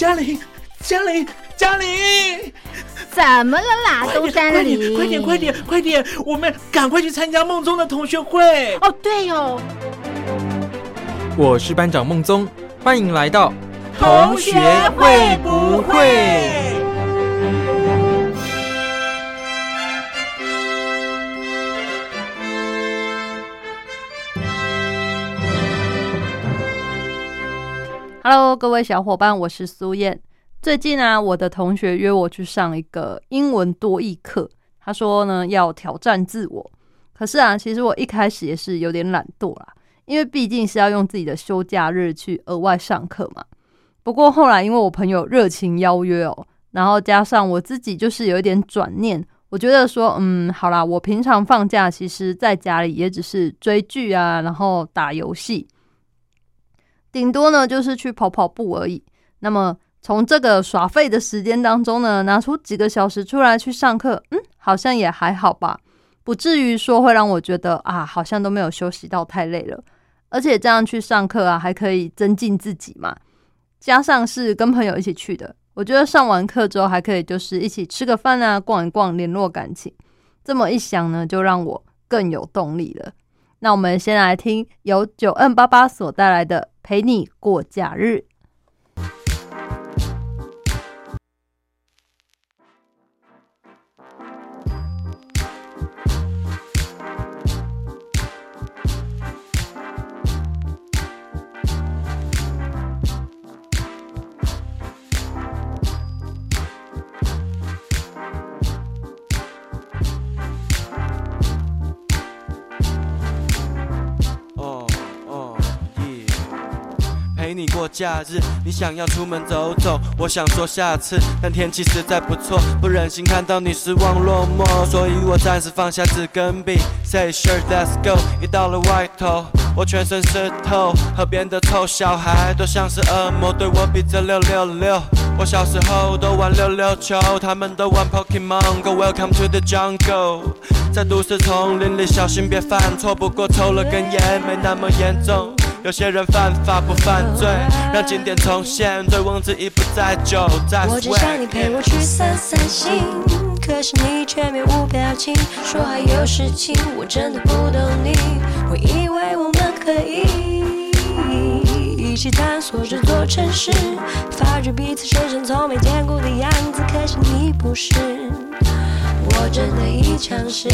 嘉玲， 怎么了啦，东山里？ 快点，我们赶快去参加梦中的同学会。 哦，对哦。 我是班长孟宗，欢迎来到同学会不会。 Hello， 各位小伙伴，我是苏燕。最近啊，我的同学约我去上一个英文多益课，他说呢要挑战自我。可是啊，其实我一开始也是有点懒惰啦，因为毕竟是要用自己的休假日去额外上课嘛。不过后来因为我朋友热情邀约哦，然后加上我自己就是有一点转念，我觉得说好啦，我平常放假其实在家里也只是追剧啊，然后打游戏，顶多呢就是去跑跑步而已。那么从这个耍废的时间当中呢，拿出几个小时出来去上课，好像也还好吧，不至于说会让我觉得好像都没有休息到，太累了。而且这样去上课啊，还可以增进自己嘛，加上是跟朋友一起去的，我觉得上完课之后还可以就是一起吃个饭啊，逛一逛，联络感情。这么一想呢，就让我更有动力了。那我们先来听由9N88所带来的《陪你过假日》。 陪你过假日，你想要出门走走，我想说下次，但天气实在不错，不忍心看到你失望落寞，所以我暂时放下纸跟笔 Say sure let's go。 一到了外头，我全身湿透，河边的臭小孩都像是恶魔，对我比着666。我小时候都玩溜球，他们都玩 Pokemon Go。 Welcome to the jungle， 在都市丛林里小心别犯错，不过抽了根烟没那么严重。有些人犯法不犯罪，让经典重现，醉翁之意不在酒，在 swag。 我只想你陪我去散散心，可是你却面无表情，说还有事情，我真的不懂你。我以为我们可以一起探索这座城市，发觉彼此身上从没见过的样子，可是你不是，我真的已尝试。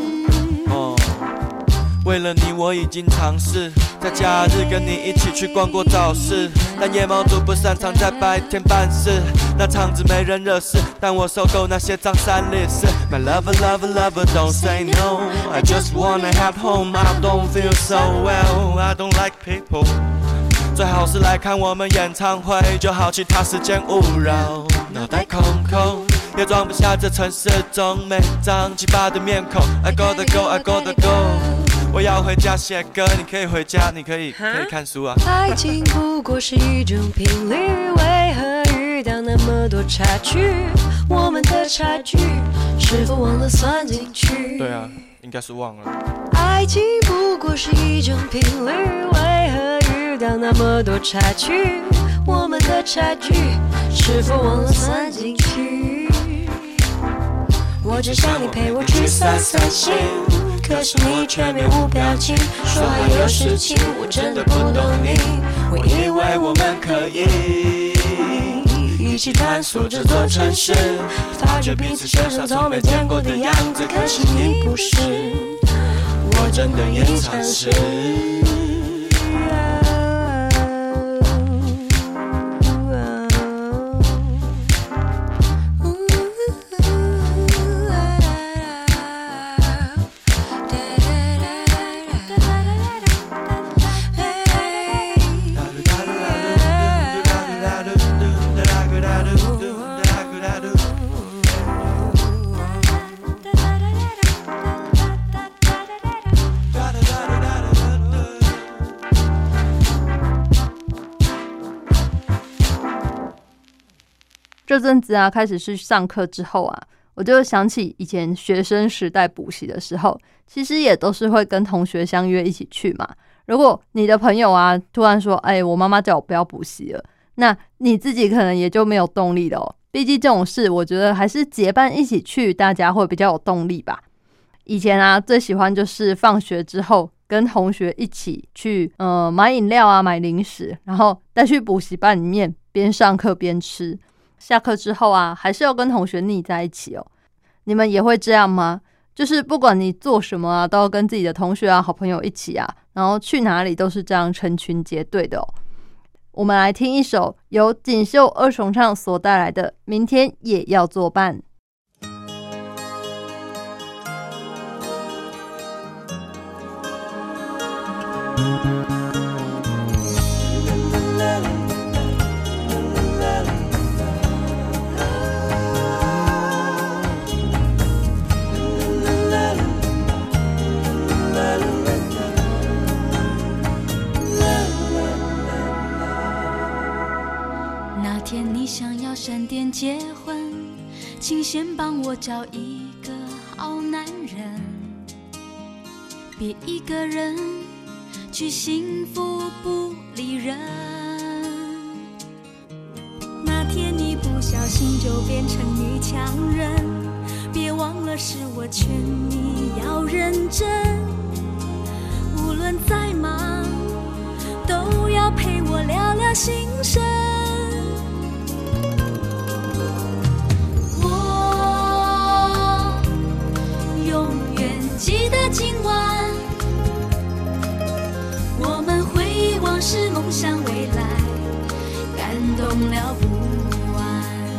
为了你我已经尝试在假日跟你一起去逛过早市，但夜猫族不擅长在白天办事，那场子没人惹事，但我受够那些脏三烈士。 My lover lover lover don't say no， I just wanna have home， I don't feel so well， I don't like people。 最好是来看我们演唱会，就好其他时间勿扰，脑袋空空也装不下这城市中每张奇葩的面孔。 I gotta go I gotta go，我要回家写歌，你可以回家，你可以看书啊。 爱情不过是一种频率，为何遇到那么多差距？我们的差距是否忘了算进去？ 对啊，应该是忘了。 爱情不过是一种频率，为何遇到那么多差距？我们的差距是否忘了算进去？我只想你陪我去散散心，可是你却面无表情，说还有事情，我真的不懂你。我以为我们可以一起探索这座城市，发觉彼此身上从没见过的样子，可是你不是，我真的已尝试。 这阵子啊，开始去上课之后啊，我就想起以前学生时代补习的时候，其实也都是会跟同学相约一起去嘛。如果你的朋友啊突然说，我妈妈叫我不要补习了， 那你自己可能也就没有动力了哦。毕竟这种事，我觉得还是结伴一起去，大家会比较有动力吧。以前啊，最喜欢就是放学之后跟同学一起去买饮料啊，买零食，然后带去补习班里面，边上课边吃。下课之后啊，还是要跟同学腻在一起哦。你们也会这样吗？就是不管你做什么啊，都要跟自己的同学啊、好朋友一起啊，然后去哪里都是这样成群结队的哦。我们来听一首由锦绣二重唱所带来的《明天也要作伴》。 那天你想要闪电结婚，请先帮我找一个好男人，别一个人去幸福不理人。那天你不小心就变成女强人，别忘了是我劝你要认真，无论再忙都要陪我聊聊心声。我永远记得今晚我们回忆往事，梦想未来，感动了不完。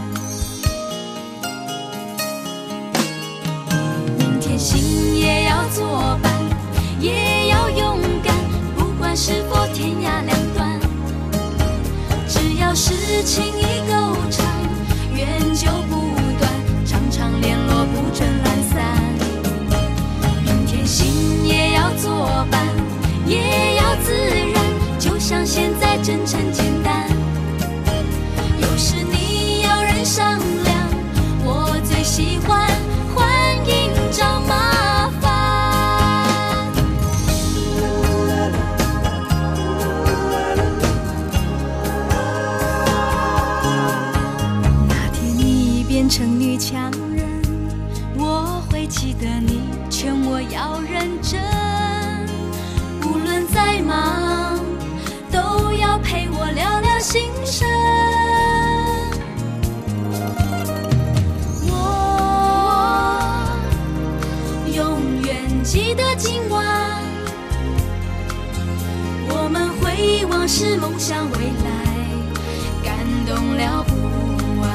明天心也要作伴，也要勇敢，不管是否天涯两端，只要是情谊够长，缘就不断，常常联络不准懒散。明天心也要作伴，也要自然，就像现在真诚简单。有时你要人商量，我最喜欢欢迎找麻烦。那天你变成女强人，我会记得你劝我要认真，无论再忙都要陪我聊聊心声。我永远记得今晚我们回忆往事，梦想未来，感动了不完。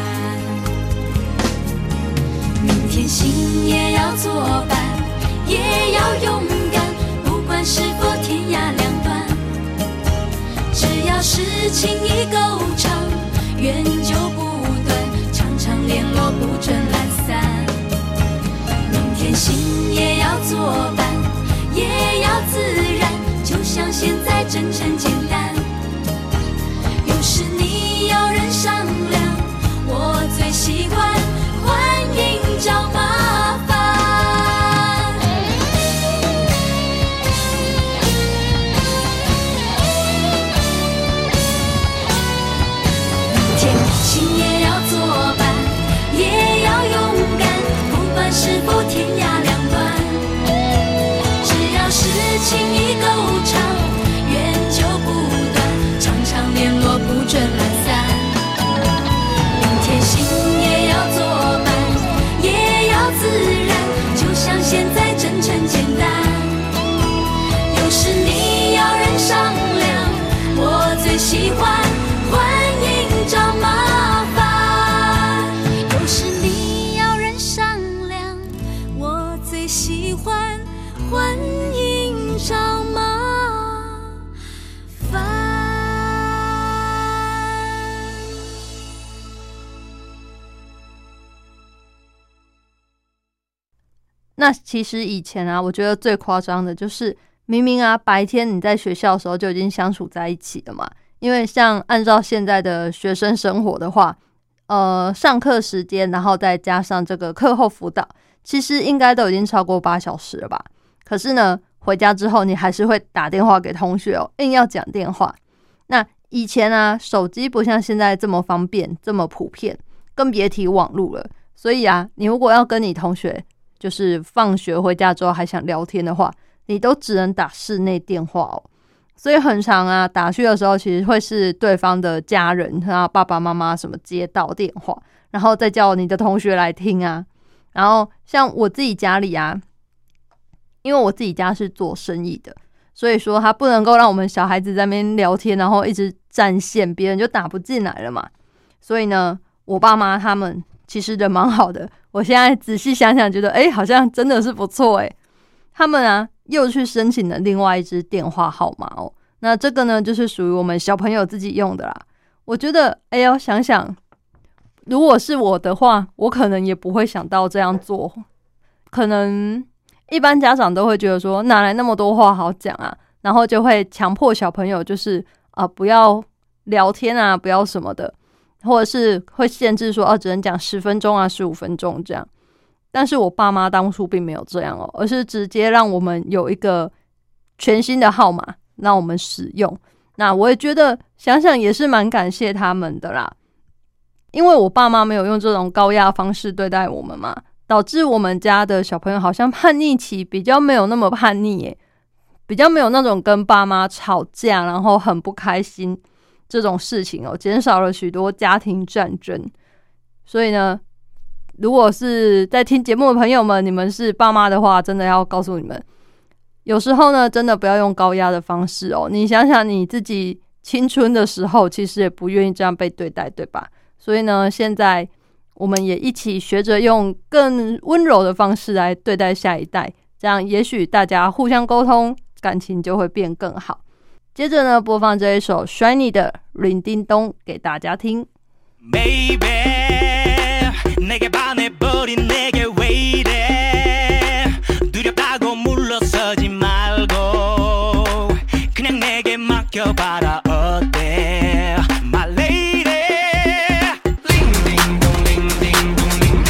明天心也要作伴，也要勇敢，不管是否天涯两端，只要是情谊够长，缘就不断，常常联络不准懒散。明天心也要作伴，也要自然，就像现在真诚简单。有时你要人商量，我最喜欢欢迎找麻烦。心也要作伴，也要勇敢，不管是否天涯两端，只要是情谊够长，缘就不断，常常联络不准懒散。明天心也要作伴，也要自然，就像现在真诚简单。有时你要人商量，我最喜欢欢迎找麻烦。有时你要人商量，我最喜欢欢迎找麻烦。 那其实以前啊，我觉得最夸张的就是明明啊白天你在学校的时候就已经相处在一起了嘛，因为像按照现在的学生生活的话，上课时间然后再加上这个课后辅导，其实应该都已经超过8小时了吧。可是呢回家之后你还是会打电话给同学哦，硬要讲电话。那以前啊，手机不像现在这么方便这么普遍，更别提网络了。所以啊，你如果要跟你同学就是放学回家之后还想聊天的话，你都只能打室内电话哦。所以很常啊，打去的时候其实会是对方的家人，然后爸爸妈妈什么接到电话，然后再叫你的同学来听啊。然后像我自己家里啊，因为我自己家是做生意的，所以说他不能够让我们小孩子在那边聊天，然后一直占线，别人就打不进来了嘛。所以呢，我爸妈他们其实人蛮好的，我现在仔细想想觉得好像真的是不错他们啊又去申请了另外一支电话号码哦。那这个呢就是属于我们小朋友自己用的啦。我觉得要想想，如果是我的话，我可能也不会想到这样做。可能一般家长都会觉得说哪来那么多话好讲啊，然后就会强迫小朋友就是不要聊天啊，不要什么的，或者是会限制说只能讲10分钟啊15分钟这样。但是我爸妈当初并没有这样而是直接让我们有一个全新的号码让我们使用。那我也觉得想想也是蛮感谢他们的啦，因为我爸妈没有用这种高压方式对待我们嘛，导致我们家的小朋友好像叛逆期比较没有那么叛逆比较没有那种跟爸妈吵架然后很不开心这种事情减少了许多家庭战争。所以呢，如果是在听节目的朋友们，你们是爸妈的话，真的要告诉你们，有时候呢真的不要用高压的方式你想想你自己青春的时候其实也不愿意这样被对待，对吧？所以呢，现在我们也一起学着用更温柔的方式来对待下一代，这样也许大家互相沟通，感情就会变更好。接着呢，播放这一首 Shiny 的링叮咚给大家听。 Baby 내게 반해버린 내게 왜 이래 두렵다고 물러서지 말고 그냥 내게 맡겨봐라 어때 My lady 링딩동 링딩동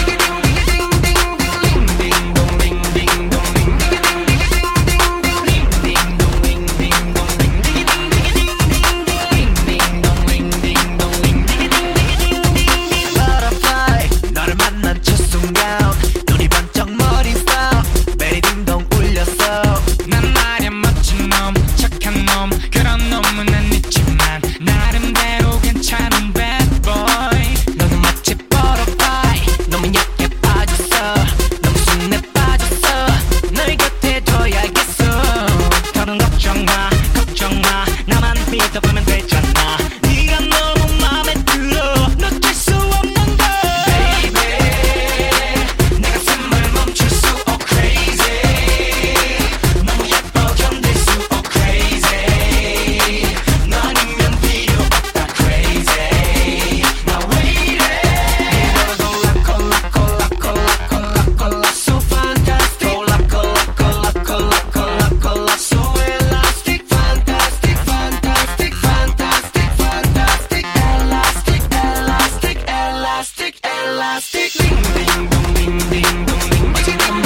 Butterfly 너를 만난 첫 순간 눈이 번쩍 머리 써 베리딩동 울렸어 난 말야 멋진 놈 착한 놈 그런 놈은 아니지만 나름대로 괜찮은 bad boy 너는 마치 butterfly 너무 얕게 빠졌어 너무 순해 빠졌어 널 곁에 둬야겠어 더는 걱정 마 나만 믿어보면 되잖아 네가 너무 맘에 들어 놓칠 수 없는 걸 Baby 내 가슴을 멈출 수 crazy 너무 예뻐 견딜 수 crazy 너 아니면 필요 없다 crazy 나 왜 이래 콜라 so fantastic 콜라 so elastic fantastic elastic 링딩동 링딩동 링딩동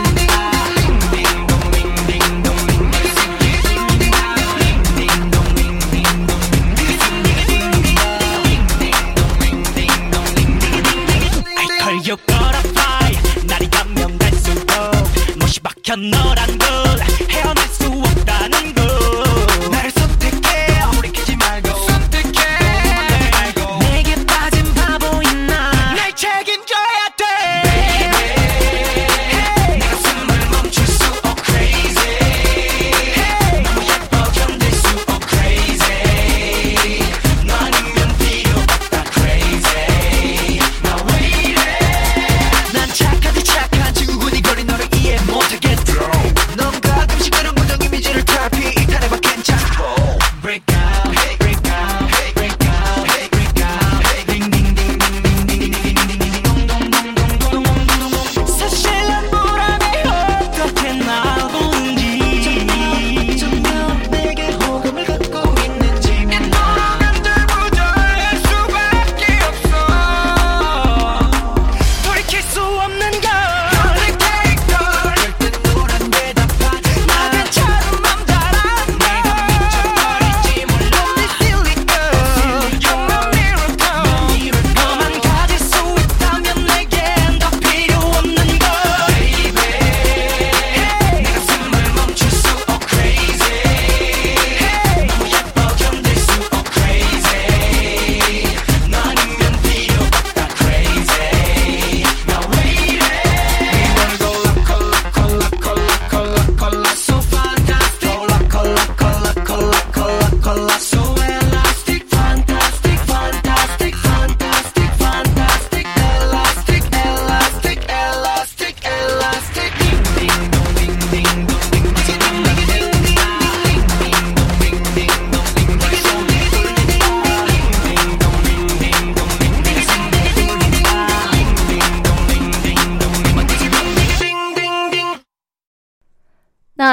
I call you butterfly 날이 가면 갈수록 못이 박혀 너란 걸 헤어날 수 없다는 걸 나를 선택해 아무리 키지 말고 선택해 내게 빠진 바보인 나 날 책임져야 돼 Baby 내 가슴을 멈출 수 crazy 너무 예뻐 견딜 수 crazy 너 아니면 필요 없다 crazy 나 왜 이래 난 착하디 착한 친구니 거리 너를 이해 못하겠어 넌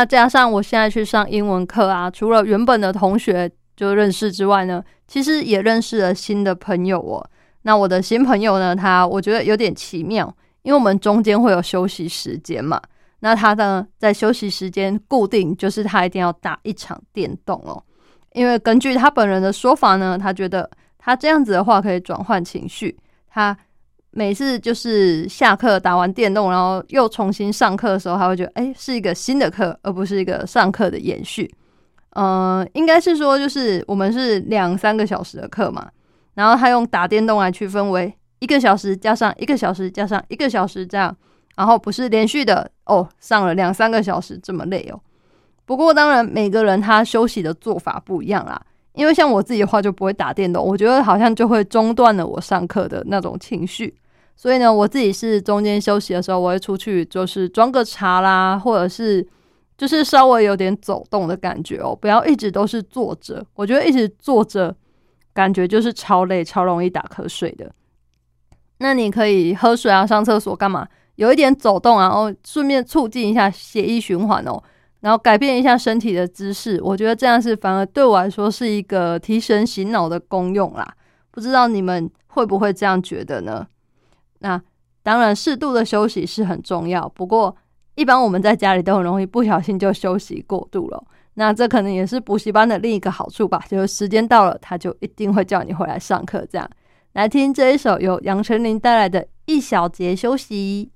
那加上我现在去上英文课啊，除了原本的同学就认识之外呢，其实也认识了新的朋友哦。那我的新朋友呢，我觉得有点奇妙，因为我们中间会有休息时间嘛，那他呢在休息时间固定就是他一定要打一场电动哦，因为根据他本人的说法呢，他觉得他这样子的话可以转换情绪，他每次就是下课打完电动，然后又重新上课的时候，他会觉得是一个新的课，而不是一个上课的延续。应该是说就是我们是2-3个小时的课嘛，然后他用打电动来区分为1个小时加上1个小时加上1个小时这样，然后不是连续的上了2-3个小时这么累哦。不过当然每个人他休息的做法不一样啦，因为像我自己的话就不会打电动，我觉得好像就会中断了我上课的那种情绪，所以呢我自己是中间休息的时候我会出去就是装个茶啦，或者是就是稍微有点走动的感觉不要一直都是坐着，我觉得一直坐着感觉就是超累超容易打瞌睡的。那你可以喝水啊上厕所干嘛，有一点走动啊，然后顺便促进一下血液循环然后改变一下身体的姿势，我觉得这样是反而对我来说是一个提神醒脑的功用啦，不知道你们会不会这样觉得呢？那当然适度的休息是很重要，不过一般我们在家里都很容易不小心就休息过度了，那这可能也是补习班的另一个好处吧，就是时间到了他就一定会叫你回来上课。这样来听这一首由杨丞琳带来的一小节休息。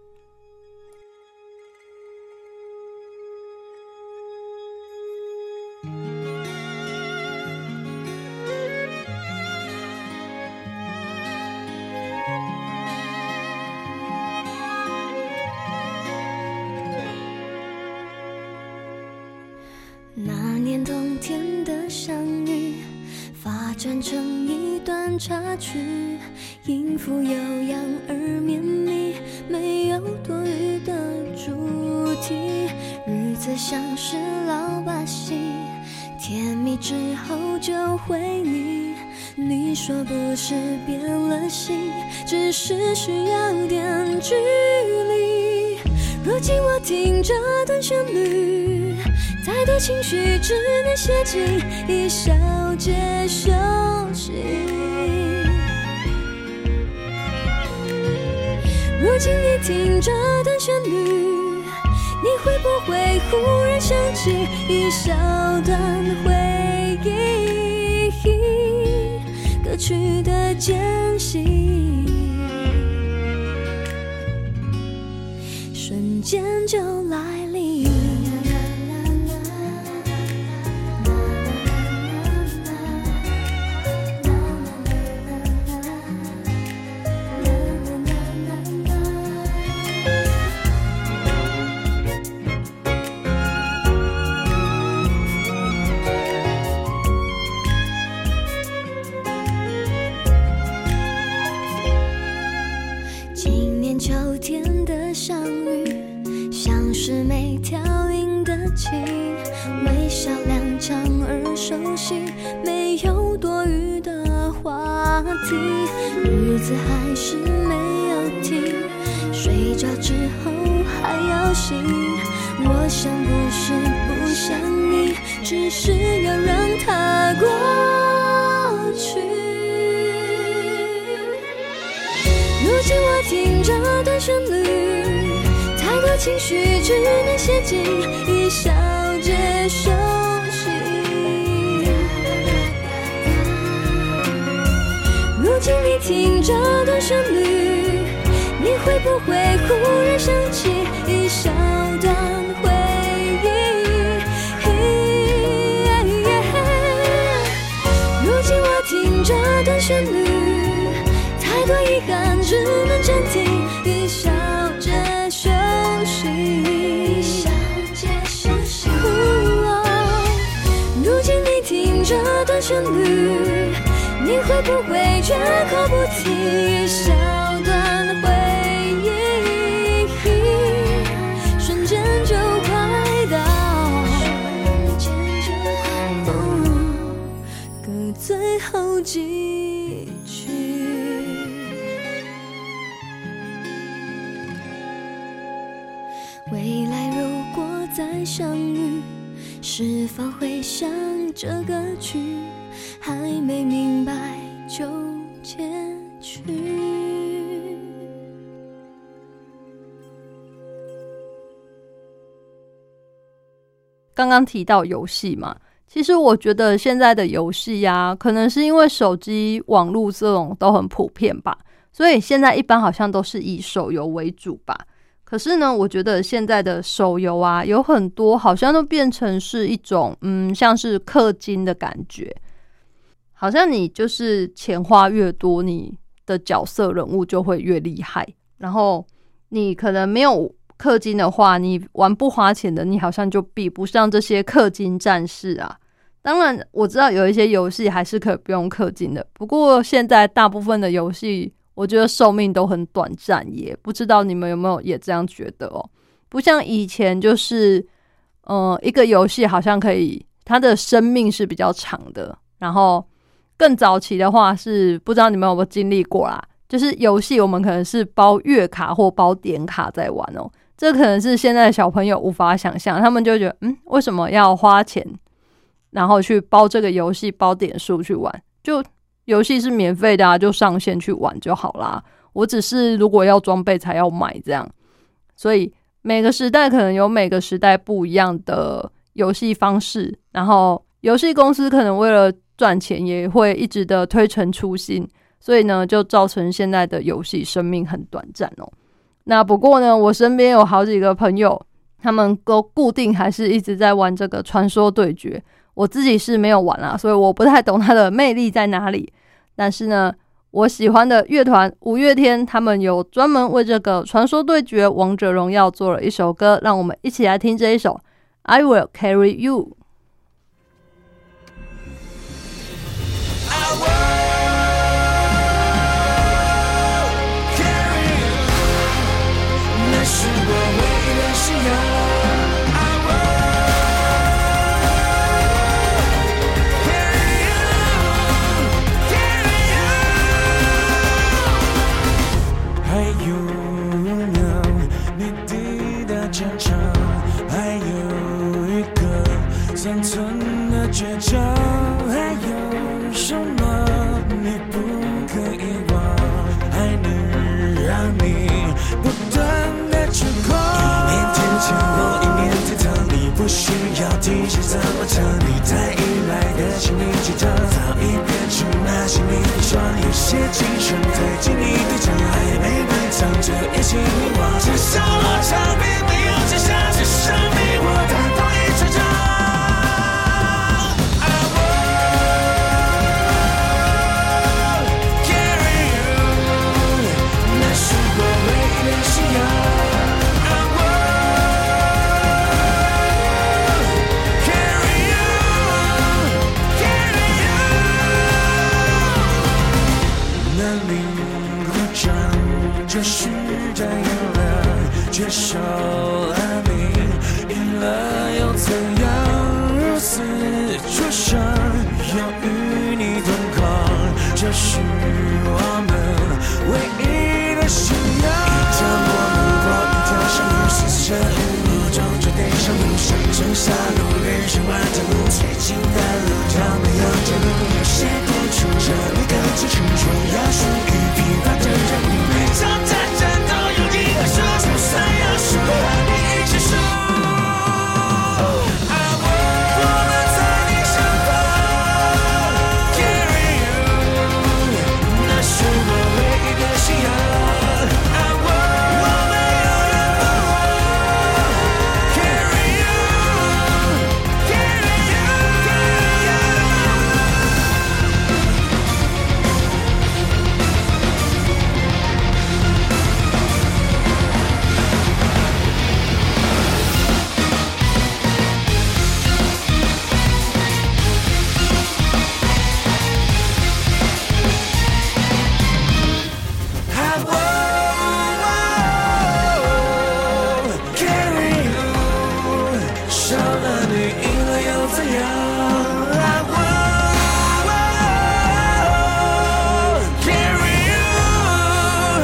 那年冬天的相遇发展成一段插曲，音符悠扬而绵密，没有多余的主题。日子像是老把戏，甜蜜之后就会腻。你说不是变了心，只是需要点距离。如今我听这段旋律，再多情绪只能写进一小节休息。如今你听这段旋律，你会不会忽然想起一小段回忆？歌曲的间隙，瞬间就来临。今年秋天的相遇，像是没调音的琴，微笑踉跄而熟悉，没有多余的话题。日子还是没有停，睡着之后还要醒。我想不是不想你，只是要让它过去。如今我听这段旋律，太多情绪只能写进一小节休息。如今你听这段旋律，你会不会忽然想起一小段回忆？如今我听这段旋律，太多遗憾只能暂停一小节休息。如今你听这段旋律，你会不会绝口不提一小段回忆？瞬间就快到歌最后几句。未来如果再相遇，是否会像这歌曲，还没明白就结局。 刚刚提到游戏嘛，其实我觉得现在的游戏啊，可能是因为手机网络这种都很普遍吧，所以现在一般好像都是以手游为主吧。可是呢，我觉得现在的手游啊，有很多好像都变成是一种像是氪金的感觉，好像你就是钱花越多，你的角色人物就会越厉害，然后你可能没有氪金的话，你玩不花钱的，你好像就比不上这些氪金战士啊。当然我知道有一些游戏还是可以不用氪金的，不过现在大部分的游戏我觉得寿命都很短暂耶，不知道你们有没有也这样觉得哦？不像以前就是一个游戏好像可以它的生命是比较长的，然后更早期的话是不知道你们有没有经历过啦，就是游戏我们可能是包月卡或包点卡在玩哦，这可能是现在的小朋友无法想象，他们就觉得为什么要花钱然后去包这个游戏包点数去玩，就游戏是免费的啊，就上线去玩就好啦，我只是如果要装备才要买这样。所以每个时代可能有每个时代不一样的游戏方式，然后游戏公司可能为了赚钱也会一直的推陈出新，所以呢就造成现在的游戏生命很短暂哦。那不过呢，我身边有好几个朋友，他们都固定还是一直在玩这个传说对决，我自己是没有玩啦，所以我不太懂它的魅力在哪里。但是呢，我喜欢的乐团五月天，他们有专门为这个传说对决王者荣耀做了一首歌，让我们一起来听这一首 I Will Carry You。 那是我唯一的信仰。生存的倔强，还有什么你不可以忘？还能让你不断的触碰。一年天前我一年天堂，你不需要提醒怎么唱，你太依赖的心灵鸡汤，早已变成那心灵冰霜。有些青春推进你的脚，还没埋藏着一起遗忘。至少我场并没有真相，至少没我的同一成长。这时代有了，接受了你，赢了又怎样？如此灼伤，要与你同框，这是我们唯一的信仰。一条陌路过一条山路，四舍五入终究得上路，上中下路，人生万条路，最近的路条没有结路，有些付出，这里的支撑，说要属于疲乏的人物。每场战争都有一个输，就算要输，和你一起输。我们在你身旁 ，carry you， 那是我唯一的信仰。我们永远不忘 ，carry you，carry you，carry you。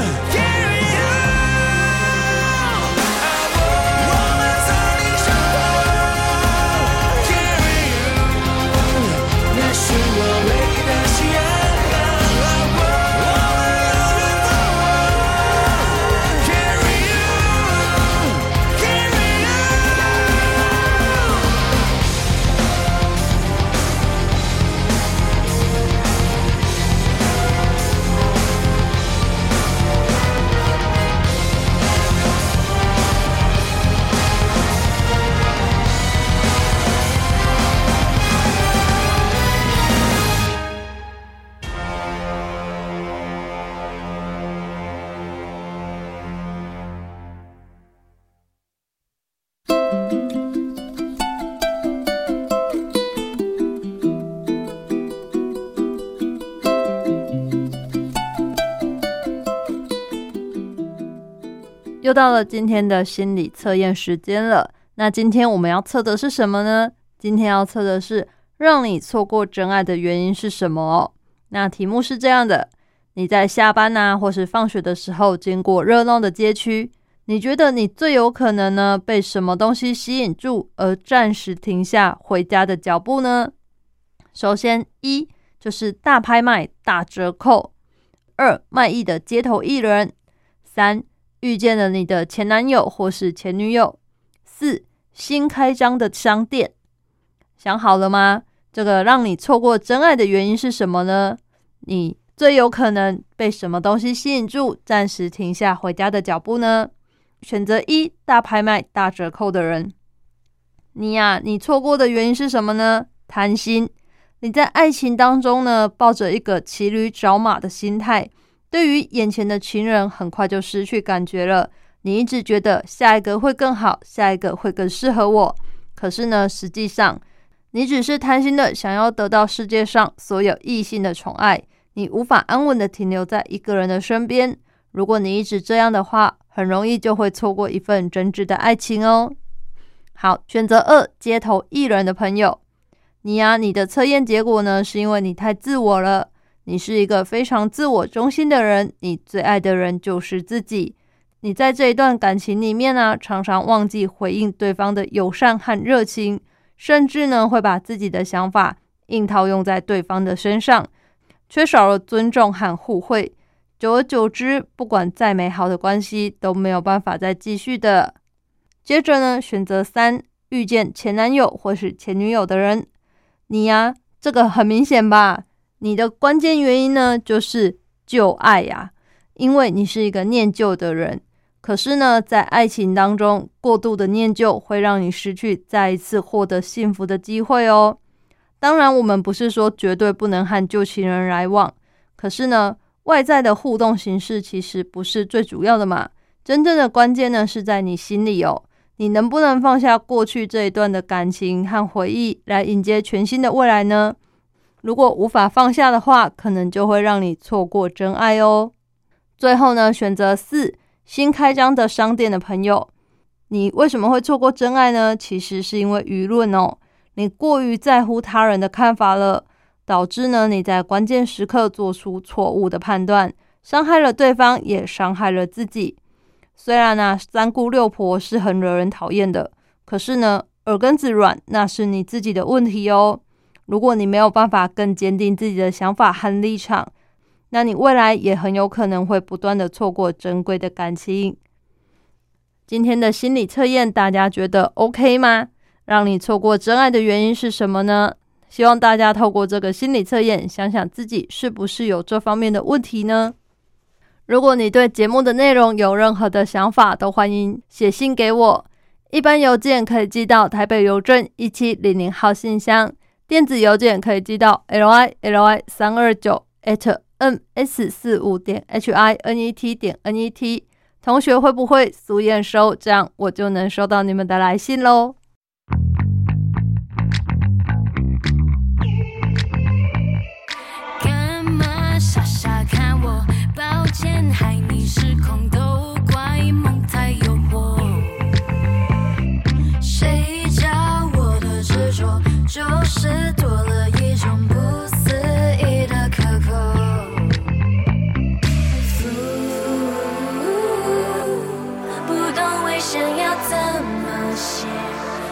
我们在你身旁。 又到了今天的心理测验时间了。那今天我们要测的是什么呢？今天要测的是让你错过真爱的原因是什么哦。那题目是这样的：你在下班啊，或是放学的时候经过热闹的街区，你觉得你最有可能呢被什么东西吸引住而暂时停下回家的脚步呢？首先，一就是大拍卖、大折扣；二，卖艺的街头艺人；三，遇见了你的前男友或是前女友；四，新开张的商店。想好了吗？这个让你错过真爱的原因是什么呢？你最有可能被什么东西吸引住，暂时停下回家的脚步呢？选择一，大拍卖、大折扣的人。你错过的原因是什么呢？贪心。你在爱情当中呢，抱着一个骑驴找马的心态，对于眼前的情人很快就失去感觉了。你一直觉得下一个会更好，下一个会更适合我。可是呢，实际上你只是贪心的想要得到世界上所有异性的宠爱，你无法安稳的停留在一个人的身边。如果你一直这样的话，很容易就会错过一份真挚的爱情哦。好，选择二，街头艺人的朋友。你的测验结果呢，是因为你太自我了。你是一个非常自我中心的人，你最爱的人就是自己。你在这一段感情里面呢，常常忘记回应对方的友善和热情，甚至呢会把自己的想法硬套用在对方的身上，缺少了尊重和互惠。久而久之，不管再美好的关系都没有办法再继续的。接着呢，选择三，遇见前男友或是前女友的人。这个很明显吧？你的关键原因呢，就是旧爱呀，因为你是一个念旧的人。可是呢，在爱情当中，过度的念旧会让你失去再一次获得幸福的机会哦。当然，我们不是说绝对不能和旧情人来往，可是呢，外在的互动形式其实不是最主要的嘛。真正的关键呢，是在你心里哦。你能不能放下过去这一段的感情和回忆，来迎接全新的未来呢？如果无法放下的话，可能就会让你错过真爱哦。最后呢，选择四，新开张的商店的朋友。你为什么会错过真爱呢？其实是因为舆论哦，你过于在乎他人的看法了，导致呢你在关键时刻做出错误的判断，伤害了对方，也伤害了自己。虽然三姑六婆是很惹人讨厌的，可是呢，耳根子软那是你自己的问题哦。如果你没有办法更坚定自己的想法和立场，那你未来也很有可能会不断的错过珍贵的感情。今天的心理测验大家觉得 OK 吗？让你错过真爱的原因是什么呢？希望大家透过这个心理测验，想想自己是不是有这方面的问题呢？如果你对节目的内容有任何的想法，都欢迎写信给我。一般邮件可以寄到台北邮政1700号信箱，电子邮件可以寄到 li329@ms45.hinet.net。同学会不会苏验收？这样我就能收到你们的来信咯。 干嘛傻傻看我？抱歉，害你失控，都怪梦太诱惑。谁叫我的执着，就是多了一种不思议的可口。不懂为想要怎么写，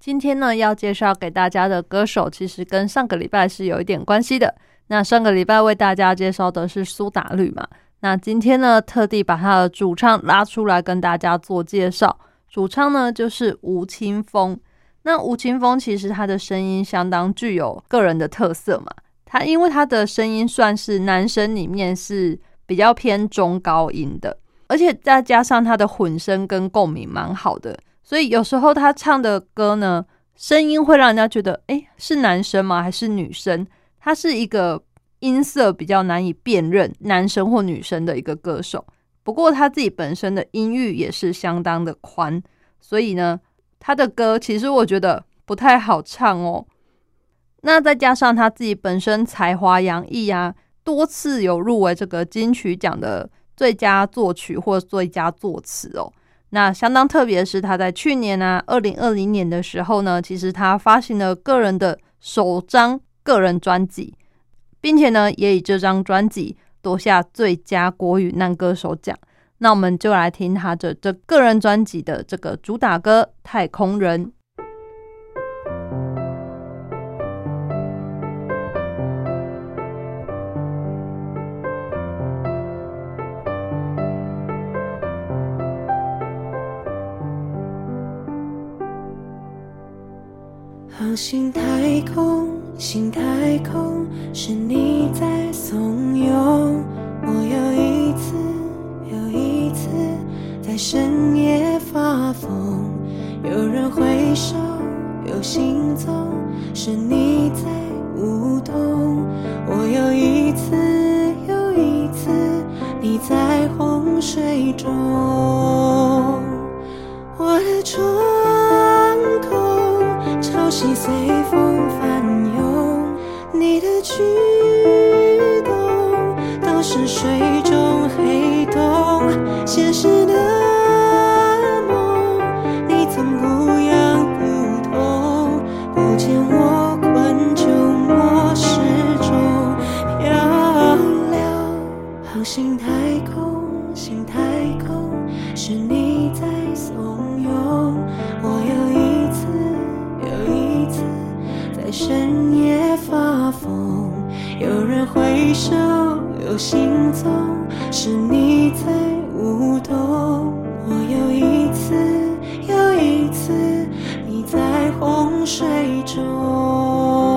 今天呢，要介绍给大家的歌手，其实跟上个礼拜是有一点关系的。那上个礼拜为大家介绍的是苏打绿嘛，那今天呢，特地把他的主唱拉出来跟大家做介绍。主唱呢，就是吴青峰。那吴青峰其实他的声音相当具有个人的特色嘛，因为他的声音算是男生里面是比较偏中高音的，而且再加上他的混声跟共鸣蛮好的，所以有时候他唱的歌呢，声音会让人家觉得是男生吗还是女生。他是一个音色比较难以辨认男生或女生的一个歌手，不过他自己本身的音域也是相当的宽，所以呢他的歌其实我觉得不太好唱哦。那再加上他自己本身才华洋溢啊，多次有入围这个金曲奖的最佳作曲或最佳作词哦。那相当特别的是，他在去年2020年的时候呢，其实他发行了个人的首张个人专辑，并且呢也以这张专辑夺下最佳国语男歌手奖。那我们就来听他的这个人专辑的这个主打歌《太空人》。 航行太空，新太空，是你在怂恿我又一次又一次在深夜发疯。有人挥手，有行踪，是你在舞动。我又一次又一次，你在洪水中。我的窗口潮汐随风翻涌，你的举动都是水中黑洞。现实的梦，你曾不痒不痛，不见我困窘，我始终漂流。航行太空，新太空，是你在怂恿我又一次又一次在深夜发疯。有人挥手，有行踪，是你在舞动。我又一次又一次，你在洪水中。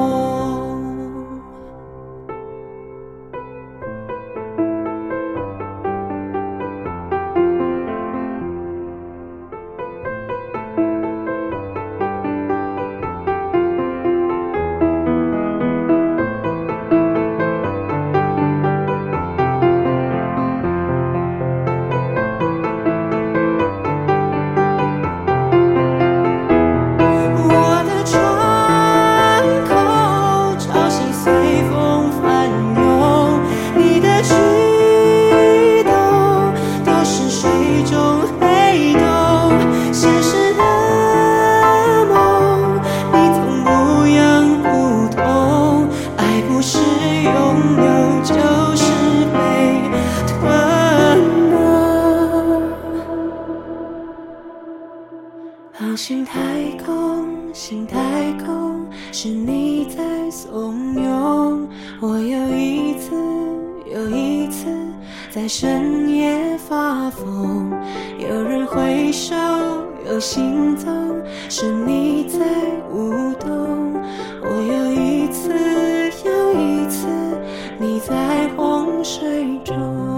航行太空，新太空，是你在怂恿我又一次又一次在深夜发疯。有人挥手，有行踪，是你在舞动。我又一次又一次，你在洪水中。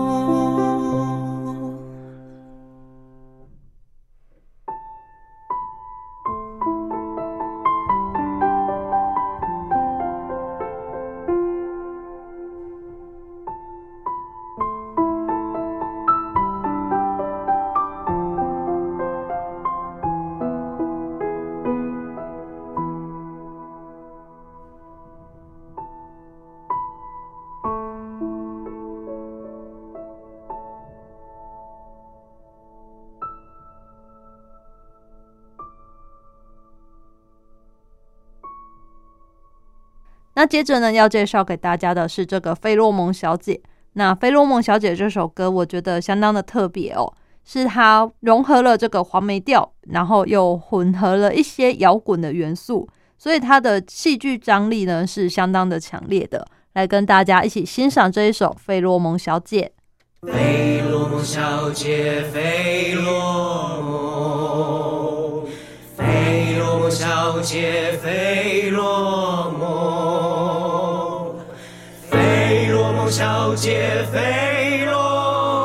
那接着呢，要介绍给大家的是这个费洛蒙小姐。那费洛蒙小姐这首歌我觉得相当的特别哦， 是它融合了这个黄梅调，然后又混合了一些摇滚的元素，所以它的戏剧张力呢是相当的强烈的。来跟大家一起欣赏这一首《费洛蒙小姐》。 费洛蒙小姐，费洛蒙，费洛蒙小姐，费洛蒙，费洛蒙小姐，费洛蒙。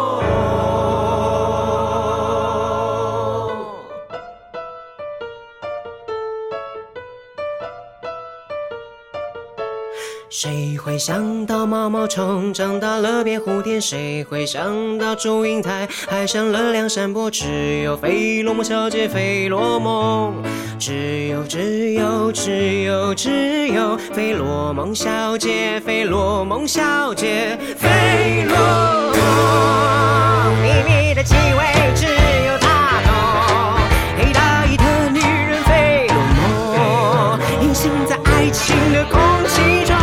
谁会想到毛毛虫长大了变蝴蝶？谁会想到祝英台爱上了梁山伯？只有费洛蒙小姐，费洛蒙，只有费洛蒙小姐，费洛蒙小姐，费洛蒙，秘密的气味只有她懂，黑大衣的女人费洛蒙，隐形在爱情的空气中。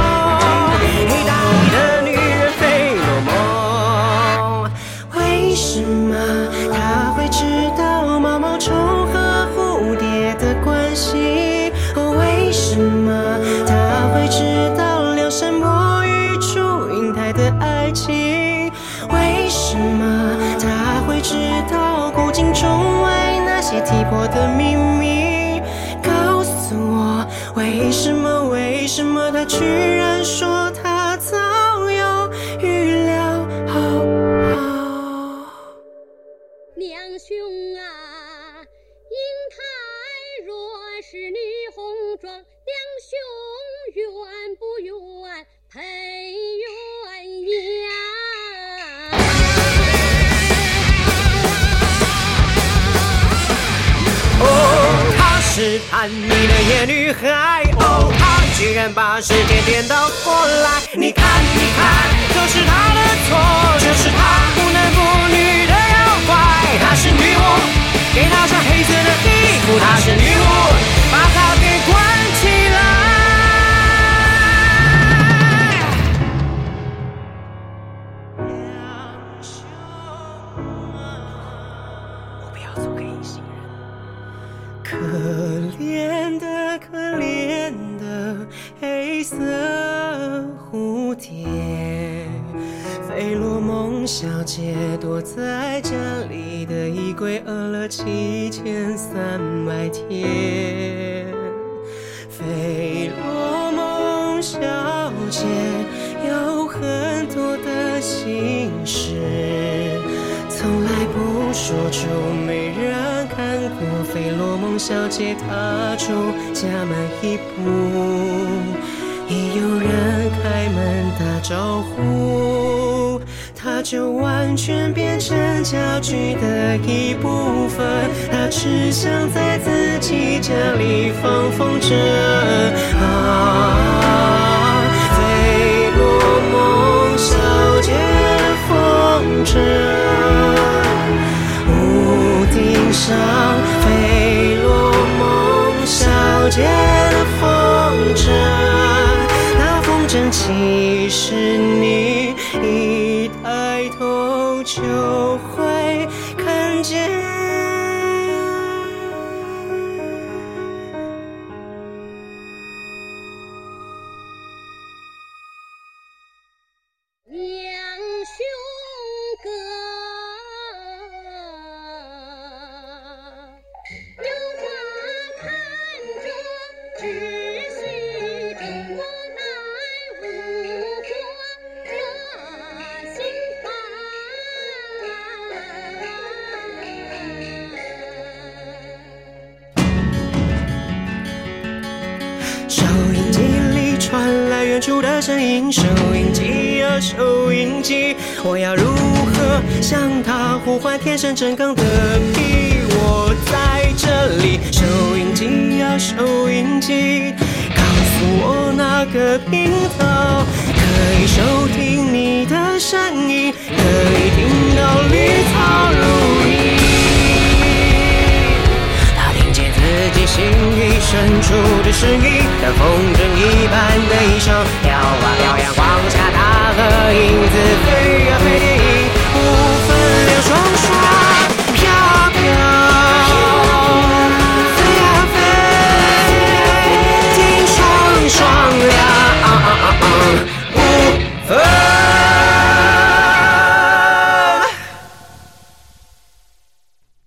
为什么他会知道毛毛虫和蝴蝶的关系？为什么他会知道梁山伯与祝英台的爱情？为什么他会知道古今中外那些踢破的秘密？告诉我，为什么他居然说他早有预料好？ 娘兄啊，英台若是女红妆，两兄愿不愿配鸳鸯？ 哦，她是叛逆的野女孩，哦，她居然把世界颠倒过来。你看，这是她的错，这是她不男不女的妖怪。她是女巫，给她穿黑色的衣服，她是女巫，把她给关起来。两兄啊，我不要做个隐形人。可怜的黑色蝴蝶，费洛蒙小姐躲在家里的衣柜饿了7300天。费洛蒙小姐有很多的心事，从来不说出，没人看过费洛蒙小姐踏出家门一步，一有人开门打招呼，她就完全变成家具的一部分。她只想在自己家里放风筝啊，费洛蒙小姐的风筝，屋顶上费洛蒙小姐的风筝，那风筝其实你一抬头就会看见。收音机里传来远处的声音，收音机啊收音机，我要如何向它呼唤天生真刚的屁？我在这里，收音机啊收音机，告诉我哪个频道可以收听你的声音，可以听到绿草如茵。自己心里深处的声音，像风筝一般的衣裳，飘啊飘，阳光下它和影子飞啊飞，不分两双双，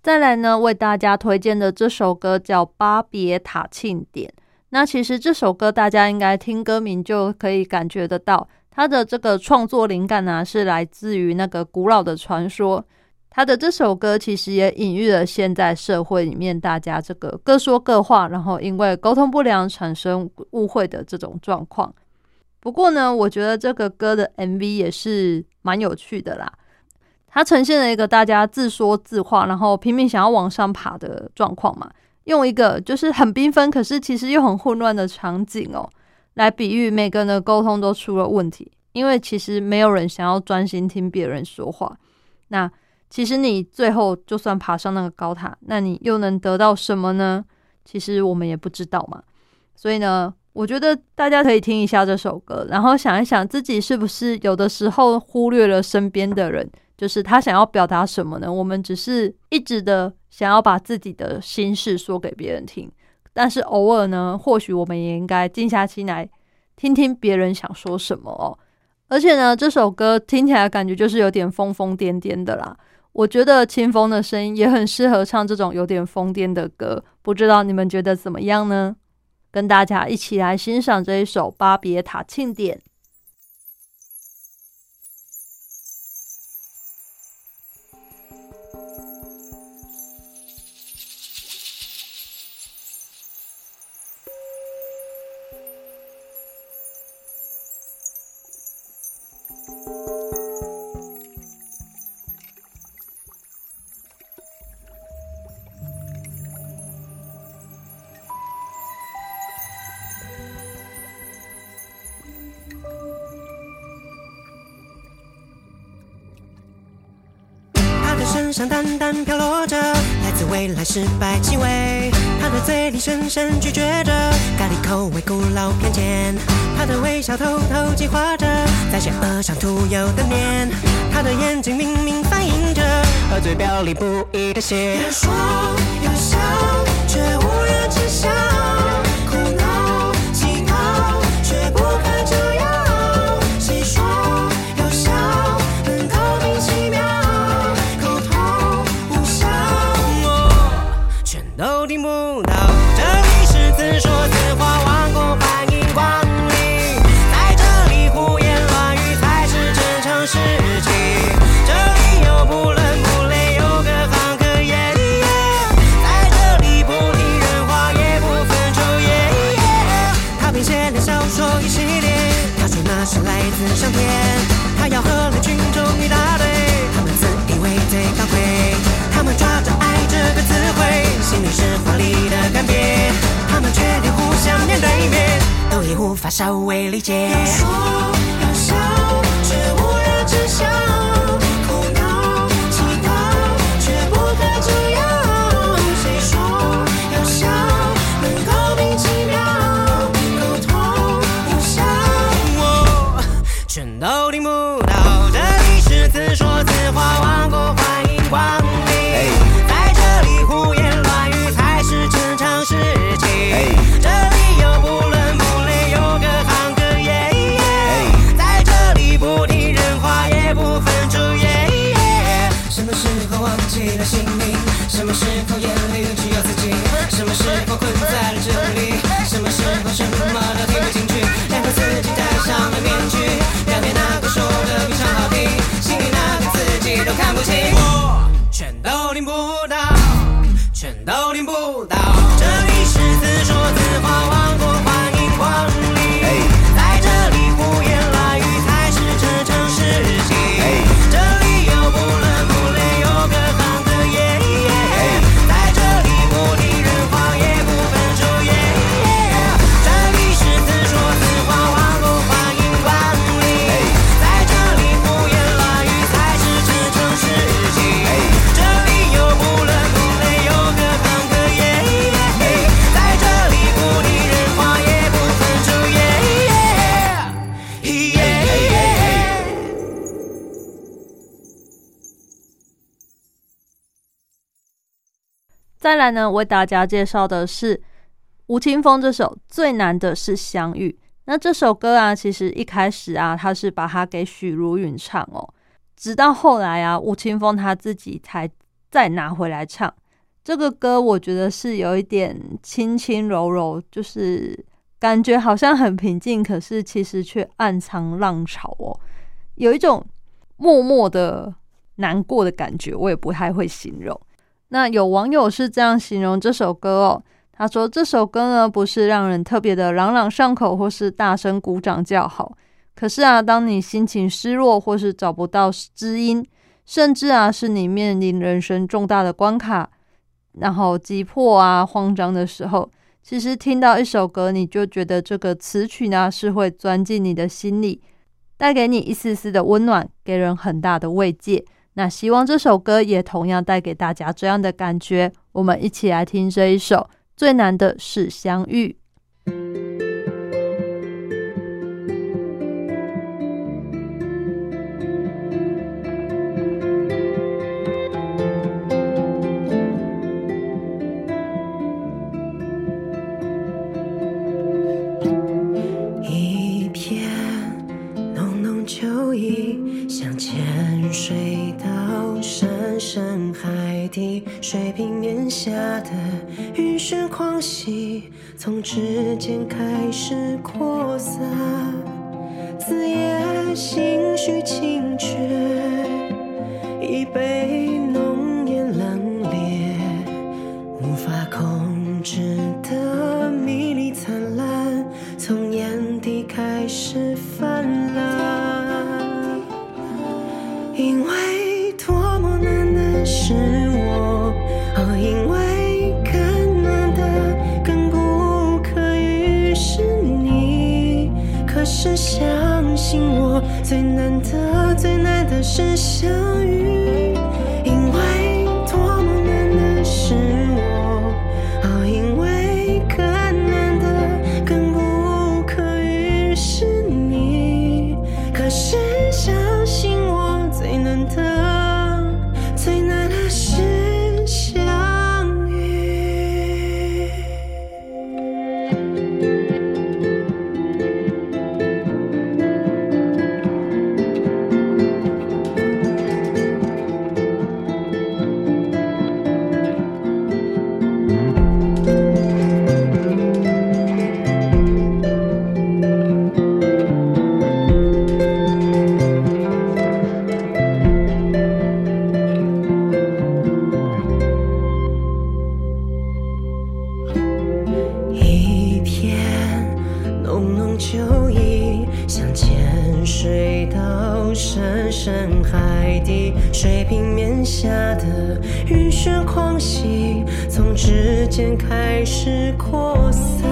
再来呢，为大家推荐的这首歌叫《巴别塔庆典》。那其实这首歌大家应该听歌名就可以感觉得到，它的这个创作灵感啊，是来自于那个古老的传说。他的这首歌其实也隐喻了现在社会里面大家这个各说各话，然后因为沟通不良产生误会的这种状况。不过呢，我觉得这个歌的 MV 也是蛮有趣的啦，它呈现了一个大家自说自话，然后拼命想要往上爬的状况嘛，用一个就是很缤纷可是其实又很混乱的场景来比喻每个人的沟通都出了问题，因为其实没有人想要专心听别人说话。那其实你最后就算爬上那个高塔，那你又能得到什么呢？其实我们也不知道嘛。所以呢，我觉得大家可以听一下这首歌，然后想一想自己是不是有的时候忽略了身边的人，就是他想要表达什么呢？我们只是一直的想要把自己的心事说给别人听，但是偶尔呢，或许我们也应该静下心来听听别人想说什么而且呢，这首歌听起来感觉就是有点疯疯癫癫的啦。我觉得清风的声音也很适合唱这种有点疯癫的歌，不知道你们觉得怎么样呢？跟大家一起来欣赏这一首《巴别塔庆典》。 身上淡淡飘落着来自未来失败气味，他的嘴里深深咀嚼着咖喱口味古老偏见，他的微笑偷偷计划着在邪恶上涂油的面，他的眼睛明明反映着而嘴表里不一的血。有说有笑，却无人知晓，苦恼乞讨，却不可救药。谁说有笑能够明其妙？都听不到，这里是自说自话王国，欢迎光临。在这里胡言乱语才是正常事情，这里有不伦不类，有各行各业。在这里不听人话，也不分昼夜。他编写的小说一系列，他说那是来自上天，他要和雷群众一大堆，他们自以为最高贵，他们抓着爱这个词汇，心里是华丽的干瘪，他们却连互相面对面都已无法稍微理解。有说有笑，却无人知晓，苦恼乞讨，却不可救药。谁说有笑能够明其妙？沟通无效，我全都听不到。这里是自说自话王国，欢迎光临。在这里胡言乱语才是正常事情，这里有不伦不类，有各行各业。在这里不听人话，也不分昼夜。什么时候忘记了姓名？什么时候眼里只有自己？什么时候困在了这里？什么时候什么都听不进去？两个自己戴上了面具，表面那个说的非常好听，心里那个自己都看不清。我全都听不到，全都听不到。这里是自说自话王国，欢迎光临。在这里胡言乱语才是正常事情，这里有不伦不类，有各行各业。在这里不听人话，也不分昼夜。这里是自说自话王国，欢迎光临。在这里胡言乱语才是正常事情，这里有不伦不类，有各行各业。在这里不听人话，也不分昼夜。 再来呢，为大家介绍的是吴青峰这首《最难的是相遇》。那这首歌啊，其实一开始啊，他是把它给许茹芸唱直到后来啊，吴青峰他自己才再拿回来唱。 这个歌我觉得是有一点轻轻柔柔，就是感觉好像很平静，可是其实却暗藏浪潮哦，有一种默默的难过的感觉，我也不太会形容。那有网友是这样形容这首歌哦，他说这首歌呢不是让人特别的朗朗上口或是大声鼓掌叫好，可是啊，当你心情失落或是找不到知音，甚至啊是你面临人生重大的关卡，然后急迫啊慌张的时候，其实听到一首歌，你就觉得这个词曲呢是会钻进你的心里，带给你一丝丝的温暖，给人很大的慰藉。那希望这首歌也同样带给大家这样的感觉。我们一起来听这一首最难的是相遇。 一片浓浓秋意，像潜水到深深海底，水平面下的云旋狂喜，从指尖开始扩散，字也心绪清绝，已被浓烟冷冽，无法控制的迷离灿烂，从眼底开始泛滥。因为多么难的是我，哦，因为更难的更不可遇是你。可是相信我，最难的最难的是相遇。因为多么难的是我，哦，因为更难的更不可遇是你。可是相信我，最难的最难的是相遇。一片浓浓秋意，像潜水到深深海底，水平面下的云旋狂喜，从指尖开始扩散。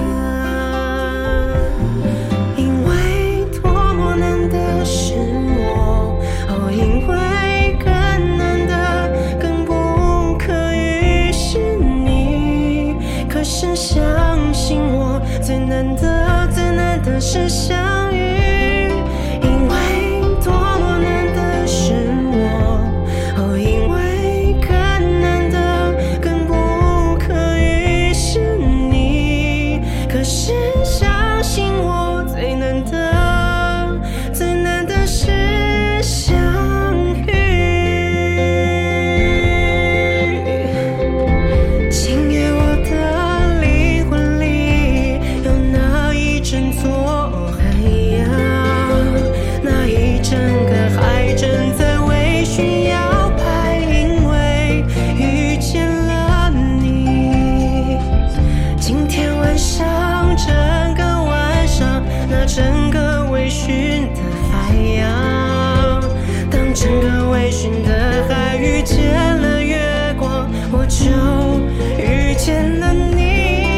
因为多么难的是我，哦，因为更难的更不可遇是你。可是相信我，最难的最难的是相遇。因为多么难的是我，哦，因为更难的更不可遇是你。可是相信我，最难的最难的是相遇。今夜我的灵魂里有那一整座海洋，那一整个海正在微醺摇摆，因为遇见了你。今天晚上，整个晚上，那整个微醺的海洋，当整个微醺的海遇见了月光，我就遇见了你。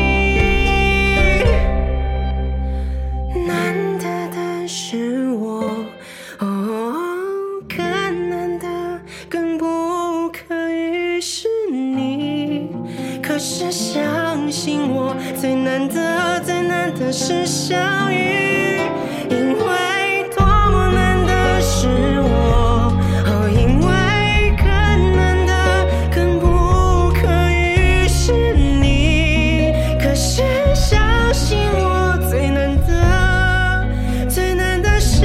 难得的是我，哦，更难的更不可遇是你。可是相信我，最难的最难的是相遇。因为多么难的是我，哦，因为更难的更不可遇是你。可是相信我，最难的最难的是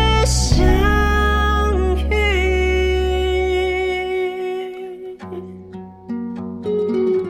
相遇。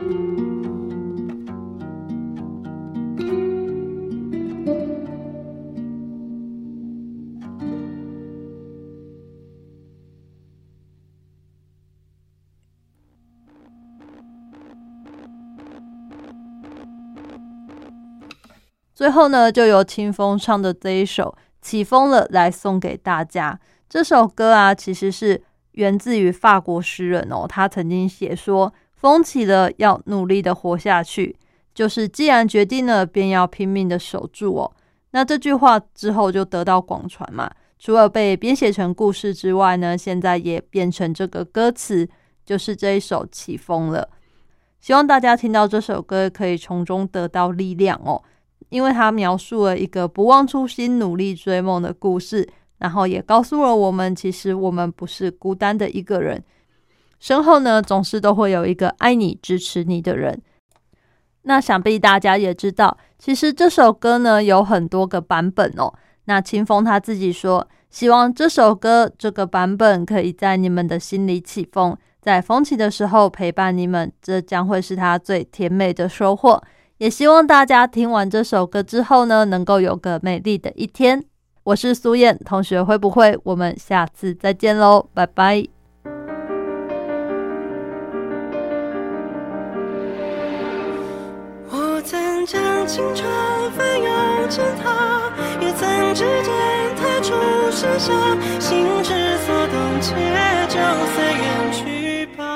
最后呢，就由清风唱的这一首起风了来送给大家。这首歌啊，其实是源自于法国诗人哦，他曾经写说，风起了要努力的活下去，就是既然决定了，便要拼命的守住哦。那这句话之后就得到广传嘛，除了被编写成故事之外呢，现在也变成这个歌词，就是这一首起风了。希望大家听到这首歌可以从中得到力量哦，因为它描述了一个不忘初心努力追梦的故事，然后也告诉了我们，其实我们不是孤单的一个人，身后呢总是都会有一个爱你支持你的人。那想必大家也知道，其实这首歌呢有很多个版本哦。那清风他自己说，希望这首歌这个版本可以在你们的心里起风，在风起的时候陪伴你们，这将会是他最甜美的收获。也希望大家听完这首歌之后呢，能够有个美丽的一天。我是苏燕，同学会不会？我们下次再见咯，拜拜。 我曾将青春翻涌成她，也曾指尖弹出盛夏，心之所动，且就随缘去吧。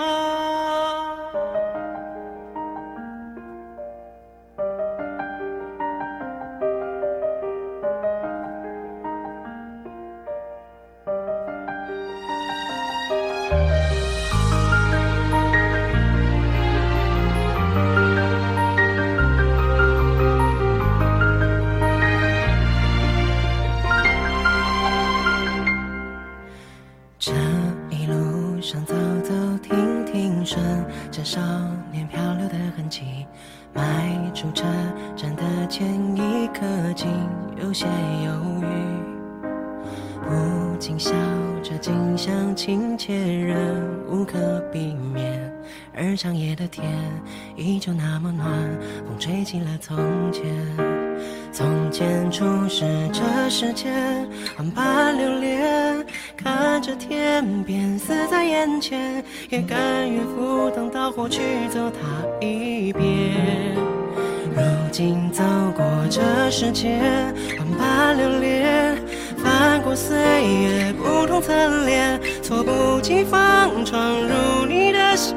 这一路上走走停停，顺着少年漂流的痕迹，迈出车站的前一刻，竟有些犹豫，不禁笑着近乡情怯，人无可避免，而长夜的天依旧那么暖，风吹起了从前。从前初识这世间，万般流连，看着天边死在眼前，也甘愿赴汤蹈火去走它一遍。如今走过这世间，万般流连，翻过岁月不同层脸，猝不及防闯入你的笑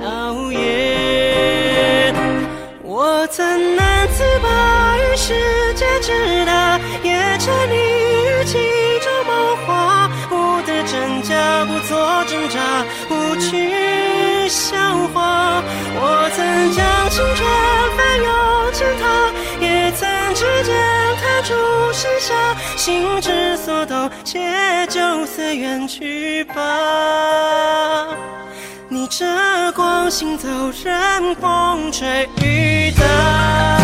颜。我曾难自拔于世界之大，也沉溺于其中梦话，不得真假，不做挣扎，不去笑话。我曾将青春翻涌成她，也曾指尖弹出盛夏，心之所动，且就随缘去吧。逆着光行走，任风吹雨打。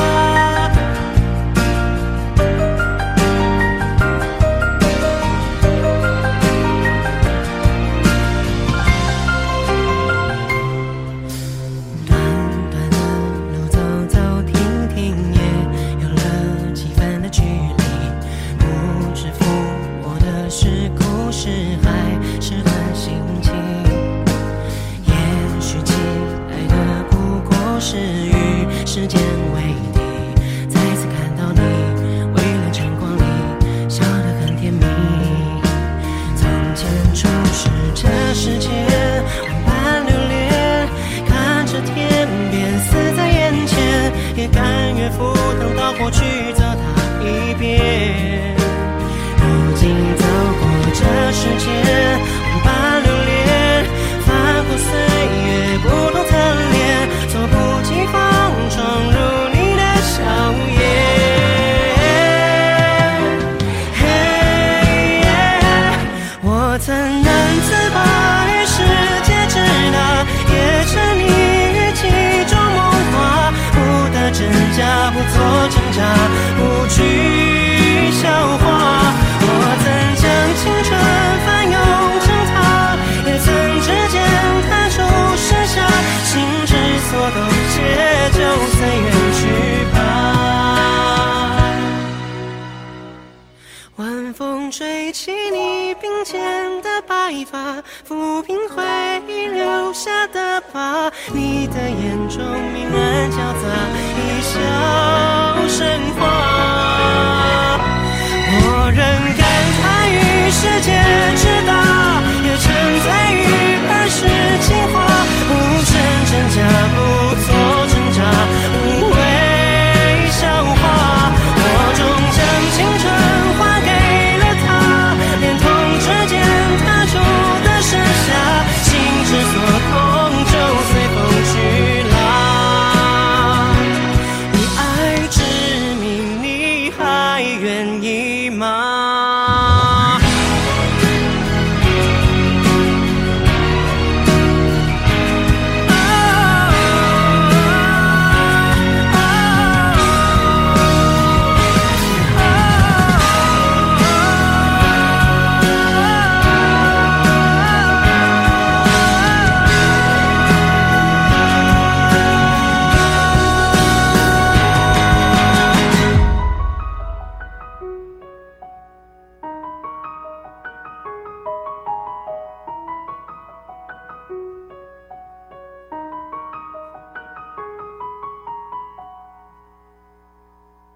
时间为敌，再次看到你，微亮晨光里，笑得很甜蜜。从前初识这世间，万般流连，看着天边死在眼前，也甘愿赴汤蹈火去走它一遍。如今走过这世间，万般流连，翻过岁月不同层脸，猝不及防闯入你的笑颜。我曾难自拔于世界之大，也沉溺于其中梦话，不得真假，不做挣扎，不去笑话。我曾将青春翻涌成她，也曾指尖弹出盛夏，心之所动，且就随缘去吧。晚风吹起你鬓间的白发，抚平回忆留下的疤，你的眼中明暗交杂，